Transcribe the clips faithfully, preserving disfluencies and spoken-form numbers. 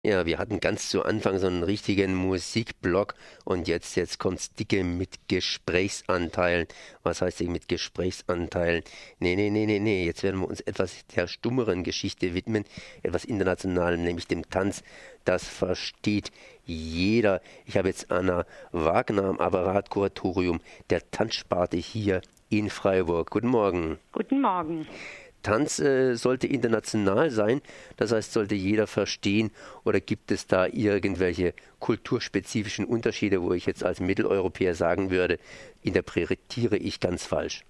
Ja, wir hatten ganz zu Anfang so einen richtigen Musikblock und jetzt, jetzt kommt's dicke mit Gesprächsanteilen. Was heißt denn mit Gesprächsanteilen? Nee, nee, nee, nee, nee. Jetzt werden wir uns etwas der stummeren Geschichte widmen, etwas Internationalem, nämlich dem Tanz. Das versteht jeder. Ich habe jetzt Anna Wagner am Apparat Kuratorium der Tanzsparte hier in Freiburg. Guten Morgen. Guten Morgen. Tanz äh, sollte international sein, das heißt, sollte jeder verstehen, oder gibt es da irgendwelche kulturspezifischen Unterschiede, wo ich jetzt als Mitteleuropäer sagen würde, interpretiere ich ganz falsch?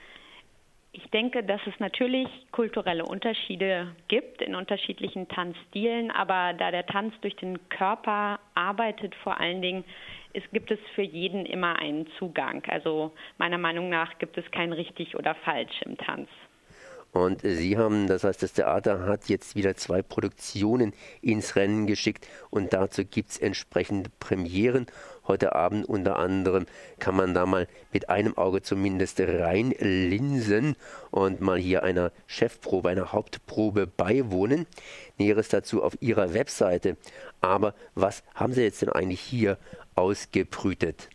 Ich denke, dass es natürlich kulturelle Unterschiede gibt in unterschiedlichen Tanzstilen, aber da der Tanz durch den Körper arbeitet vor allen Dingen, es gibt es für jeden immer einen Zugang. Also meiner Meinung nach gibt es kein richtig oder falsch im Tanz. Und Sie haben, das heißt, das Theater hat jetzt wieder zwei Produktionen ins Rennen geschickt und dazu gibt es entsprechende Premieren. Heute Abend unter anderem kann man da mal mit einem Auge zumindest reinlinsen und mal hier einer Chefprobe, einer Hauptprobe beiwohnen. Näheres dazu auf Ihrer Webseite. Aber was haben Sie jetzt denn eigentlich hier ausgebrütet?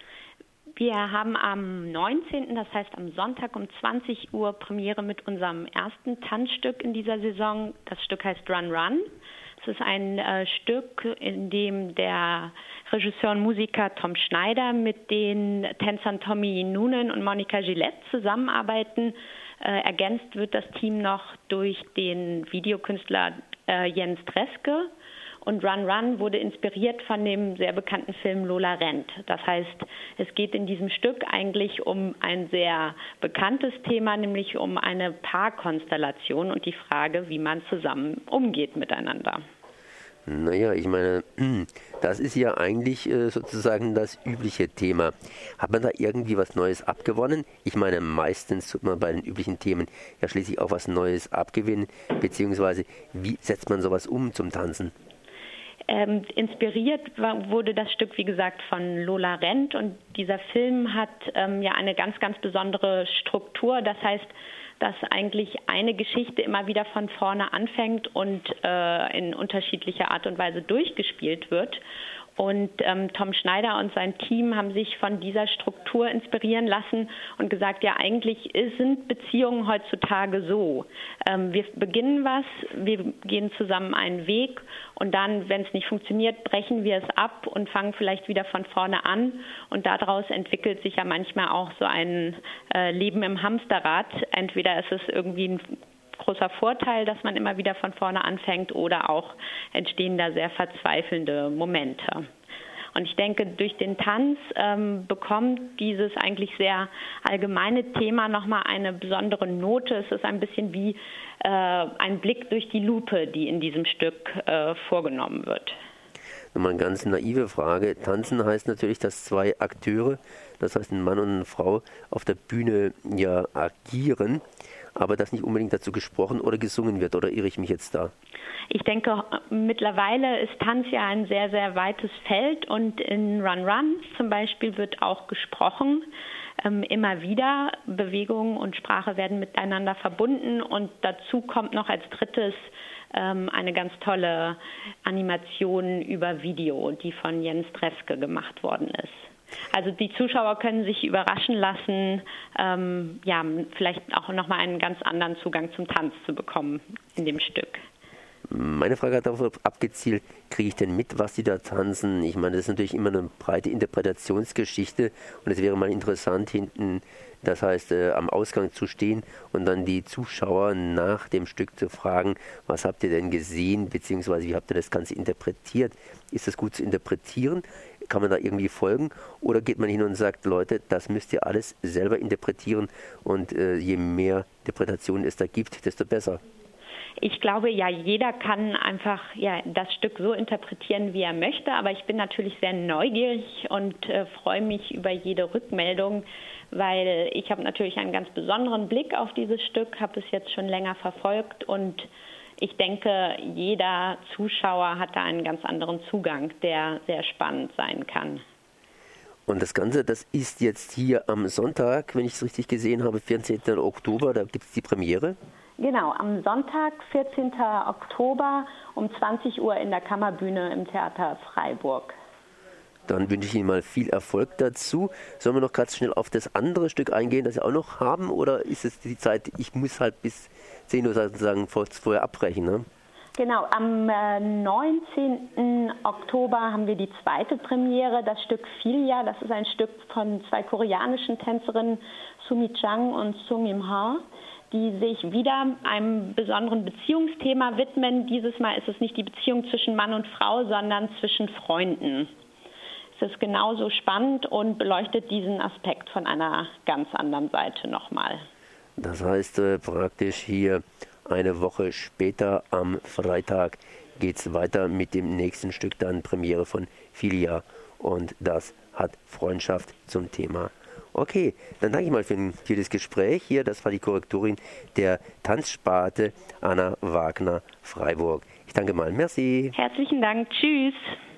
Wir haben am neunzehnten, das heißt am Sonntag um zwanzig Uhr Premiere mit unserem ersten Tanzstück in dieser Saison. Das Stück heißt Run Run. Es ist ein äh, Stück, in dem der Regisseur und Musiker Tom Schneider mit den Tänzern Tommy Noonan und Monica Gillette zusammenarbeiten. Äh, ergänzt wird das Team noch durch den Videokünstler äh, Jens Dreske. Und Run Run wurde inspiriert von dem sehr bekannten Film Lola rennt. Das heißt, es geht in diesem Stück eigentlich um ein sehr bekanntes Thema, nämlich um eine Paarkonstellation und die Frage, wie man zusammen umgeht miteinander. Naja, ich meine, das ist ja eigentlich äh, sozusagen das übliche Thema. Hat man da irgendwie was Neues abgewonnen? Ich meine, meistens tut man bei den üblichen Themen ja schließlich auch was Neues abgewinnen, beziehungsweise wie setzt man sowas um zum Tanzen? Ähm, inspiriert war, wurde das Stück, wie gesagt, von Lola Rennt und dieser Film hat ähm, ja eine ganz, ganz besondere Struktur. Das heißt, dass eigentlich eine Geschichte immer wieder von vorne anfängt und äh, in unterschiedlicher Art und Weise durchgespielt wird. Und ähm, Tom Schneider und sein Team haben sich von dieser Struktur inspirieren lassen und gesagt, ja, eigentlich sind Beziehungen heutzutage so. Ähm, wir beginnen was, wir gehen zusammen einen Weg und dann, wenn es nicht funktioniert, brechen wir es ab und fangen vielleicht wieder von vorne an. Und daraus entwickelt sich ja manchmal auch so ein äh, Leben im Hamsterrad. Entweder ist es irgendwie ein großer Vorteil, dass man immer wieder von vorne anfängt oder auch entstehen da sehr verzweifelnde Momente. Und ich denke, durch den Tanz ähm, bekommt dieses eigentlich sehr allgemeine Thema nochmal eine besondere Note. Es ist ein bisschen wie äh, ein Blick durch die Lupe, die in diesem Stück äh, vorgenommen wird. Nochmal eine ganz naive Frage. Tanzen heißt natürlich, dass zwei Akteure, das heißt ein Mann und eine Frau, auf der Bühne ja agieren, aber dass nicht unbedingt dazu gesprochen oder gesungen wird. Oder irre ich mich jetzt da? Ich denke, mittlerweile ist Tanz ja ein sehr, sehr weites Feld und in Run Run zum Beispiel wird auch gesprochen. Ähm, immer wieder Bewegung und Sprache werden miteinander verbunden und dazu kommt noch als drittes ähm, eine ganz tolle Animation über Video, die von Jens Dreske gemacht worden ist. Also die Zuschauer können sich überraschen lassen, ähm, ja, vielleicht auch nochmal einen ganz anderen Zugang zum Tanz zu bekommen in dem Stück. Meine Frage hat darauf abgezielt, kriege ich denn mit, was die da tanzen? Ich meine, das ist natürlich immer eine breite Interpretationsgeschichte und es wäre mal interessant, hinten, das heißt, äh, am Ausgang zu stehen und dann die Zuschauer nach dem Stück zu fragen, was habt ihr denn gesehen, beziehungsweise wie habt ihr das Ganze interpretiert? Ist das gut zu interpretieren? Kann man da irgendwie folgen? Oder geht man hin und sagt, Leute, das müsst ihr alles selber interpretieren und äh, je mehr Interpretationen es da gibt, desto besser? Ich glaube, ja, jeder kann einfach ja, das Stück so interpretieren, wie er möchte. Aber ich bin natürlich sehr neugierig und äh, freue mich über jede Rückmeldung, weil ich habe natürlich einen ganz besonderen Blick auf dieses Stück, habe es jetzt schon länger verfolgt und ich denke, jeder Zuschauer hat da einen ganz anderen Zugang, der sehr spannend sein kann. Und das Ganze, das ist jetzt hier am Sonntag, wenn ich es richtig gesehen habe, vierzehnten Oktober, da gibt es die Premiere. Genau, am Sonntag, vierzehnten Oktober um zwanzig Uhr in der Kammerbühne im Theater Freiburg. Dann wünsche ich Ihnen mal viel Erfolg dazu. Sollen wir noch ganz schnell auf das andere Stück eingehen, das Sie auch noch haben? Oder ist es die Zeit, ich muss halt bis zehn Uhr sozusagen vorher abbrechen, ne? Genau, am äh, neunzehnten Oktober haben wir die zweite Premiere, das Stück Filia. Das ist ein Stück von zwei koreanischen Tänzerinnen, Sumi Chang und Sungim Ha, die sich wieder einem besonderen Beziehungsthema widmen. Dieses Mal ist es nicht die Beziehung zwischen Mann und Frau, sondern zwischen Freunden. Es ist genauso spannend und beleuchtet diesen Aspekt von einer ganz anderen Seite nochmal. Das heißt äh, praktisch hier eine Woche später am Freitag geht es weiter mit dem nächsten Stück, dann Premiere von Filia, und das hat Freundschaft zum Thema. Okay, dann danke ich mal für, für das Gespräch hier. Das war die Korrektorin der Tanzsparte Anna Wagner Freiburg. Ich danke mal. Merci. Herzlichen Dank. Tschüss.